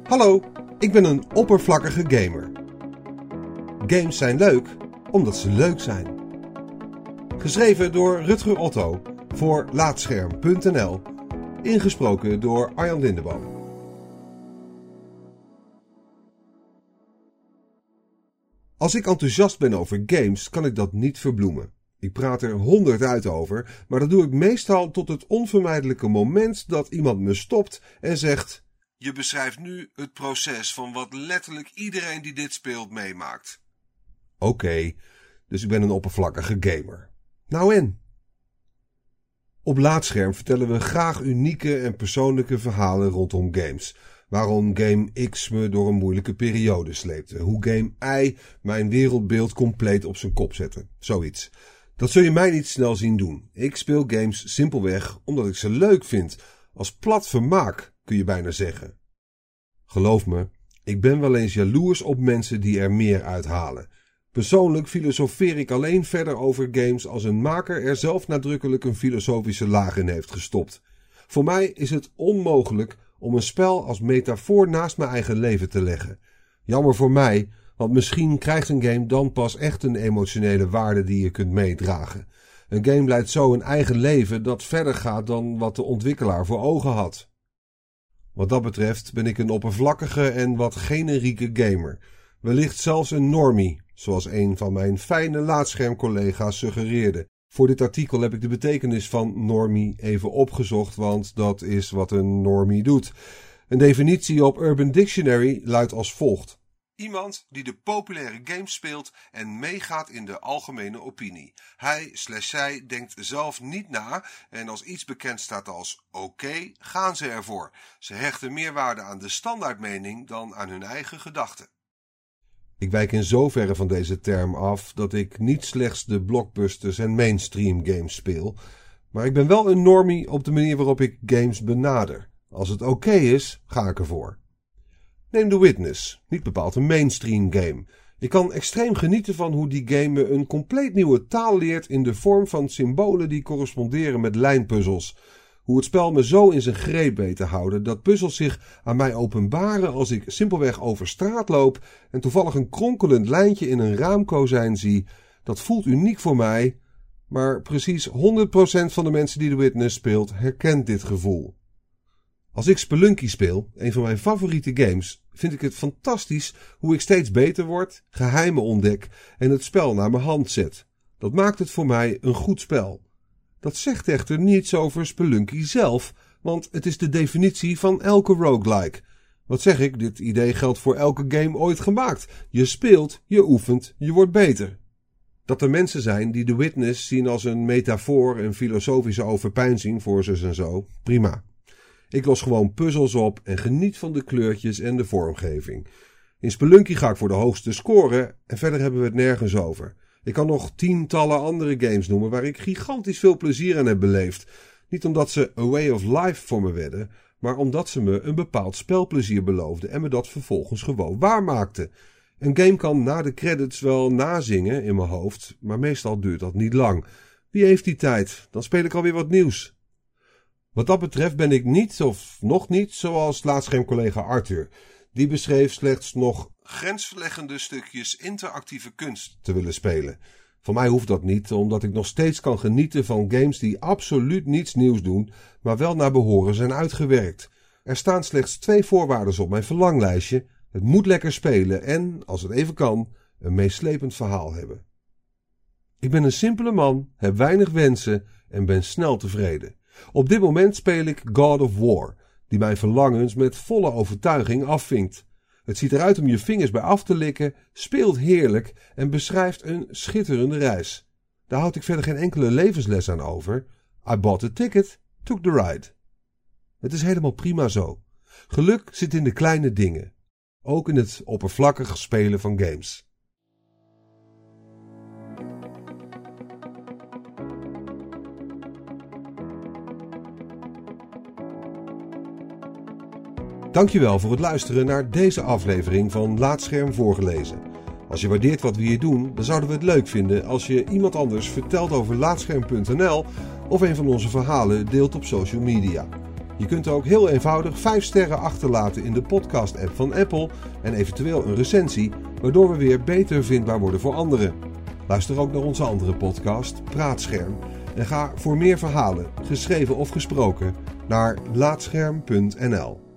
Hallo, ik ben een oppervlakkige gamer. Games zijn leuk, omdat ze leuk zijn. Geschreven door Rutger Otto voor Laatscherm.nl. Ingesproken door Arjan Lindeboom. Als ik enthousiast ben over games, kan ik dat niet verbloemen. Ik praat er 100 uit over, maar dat doe ik meestal tot het onvermijdelijke moment dat iemand me stopt en zegt: je beschrijft nu het proces van wat letterlijk iedereen die dit speelt meemaakt. Oké, dus ik ben een oppervlakkige gamer. Nou en? Op Laatscherm vertellen we graag unieke en persoonlijke verhalen rondom games. Waarom game X me door een moeilijke periode sleepte. Hoe game Y mijn wereldbeeld compleet op zijn kop zette. Zoiets. Dat zul je mij niet snel zien doen. Ik speel games simpelweg omdat ik ze leuk vind. Als plat vermaak, kun je bijna zeggen. Geloof me, ik ben wel eens jaloers op mensen die er meer uithalen. Persoonlijk filosofeer ik alleen verder over games als een maker er zelf nadrukkelijk een filosofische laag in heeft gestopt. Voor mij is het onmogelijk om een spel als metafoor naast mijn eigen leven te leggen. Jammer voor mij, want misschien krijgt een game dan pas echt een emotionele waarde die je kunt meedragen. Een game leidt zo een eigen leven dat verder gaat dan wat de ontwikkelaar voor ogen had. Wat dat betreft ben ik een oppervlakkige en wat generieke gamer. Wellicht zelfs een normie, zoals een van mijn fijne Laatschermcollega's suggereerde. Voor dit artikel heb ik de betekenis van normie even opgezocht, want dat is wat een normie doet. Een definitie op Urban Dictionary luidt als volgt: iemand die de populaire games speelt en meegaat in de algemene opinie. Hij/zij denkt zelf niet na en als iets bekend staat als oké, gaan ze ervoor. Ze hechten meer waarde aan de standaardmening dan aan hun eigen gedachten. Ik wijk in zoverre van deze term af dat ik niet slechts de blockbusters en mainstream games speel, maar ik ben wel een normie op de manier waarop ik games benader. Als het oké is, ga ik ervoor. Neem The Witness, niet bepaald een mainstream game. Ik kan extreem genieten van hoe die game me een compleet nieuwe taal leert in de vorm van symbolen die corresponderen met lijnpuzzels. Hoe het spel me zo in zijn greep weet te houden dat puzzels zich aan mij openbaren als ik simpelweg over straat loop en toevallig een kronkelend lijntje in een raamkozijn zie. Dat voelt uniek voor mij, maar precies 100% van de mensen die The Witness speelt herkent dit gevoel. Als ik Spelunky speel, een van mijn favoriete games, vind ik het fantastisch hoe ik steeds beter word, geheimen ontdek en het spel naar mijn hand zet. Dat maakt het voor mij een goed spel. Dat zegt echter niets over Spelunky zelf, want het is de definitie van elke roguelike. Wat zeg ik, dit idee geldt voor elke game ooit gemaakt. Je speelt, je oefent, je wordt beter. Dat er mensen zijn die The Witness zien als een metafoor en filosofische overpeinzing voor zus en zo, prima. Ik los gewoon puzzels op en geniet van de kleurtjes en de vormgeving. In Spelunky ga ik voor de hoogste score en verder hebben we het nergens over. Ik kan nog tientallen andere games noemen waar ik gigantisch veel plezier aan heb beleefd. Niet omdat ze a way of life voor me werden, maar omdat ze me een bepaald spelplezier beloofden en me dat vervolgens gewoon waarmaakten. Een game kan na de credits wel nazingen in mijn hoofd, maar meestal duurt dat niet lang. Wie heeft die tijd? Dan speel ik alweer wat nieuws. Wat dat betreft ben ik niet, of nog niet, zoals Laatschermcollega Arthur. Die beschreef slechts nog grensverleggende stukjes interactieve kunst te willen spelen. Van mij hoeft dat niet, omdat ik nog steeds kan genieten van games die absoluut niets nieuws doen, maar wel naar behoren zijn uitgewerkt. Er staan slechts 2 voorwaarden op mijn verlanglijstje. Het moet lekker spelen en, als het even kan, een meeslepend verhaal hebben. Ik ben een simpele man, heb weinig wensen en ben snel tevreden. Op dit moment speel ik God of War, die mijn verlangens met volle overtuiging afvinkt. Het ziet eruit om je vingers bij af te likken, speelt heerlijk en beschrijft een schitterende reis. Daar houd ik verder geen enkele levensles aan over. I bought a ticket, took the ride. Het is helemaal prima zo. Geluk zit in de kleine dingen. Ook in het oppervlakkig spelen van games. Dankjewel voor het luisteren naar deze aflevering van Laatscherm voorgelezen. Als je waardeert wat we hier doen, dan zouden we het leuk vinden als je iemand anders vertelt over Laatscherm.nl of een van onze verhalen deelt op social media. Je kunt ook heel eenvoudig 5 sterren achterlaten in de podcast-app van Apple en eventueel een recensie, waardoor we weer beter vindbaar worden voor anderen. Luister ook naar onze andere podcast, Praatscherm, en ga voor meer verhalen, geschreven of gesproken, naar Laatscherm.nl.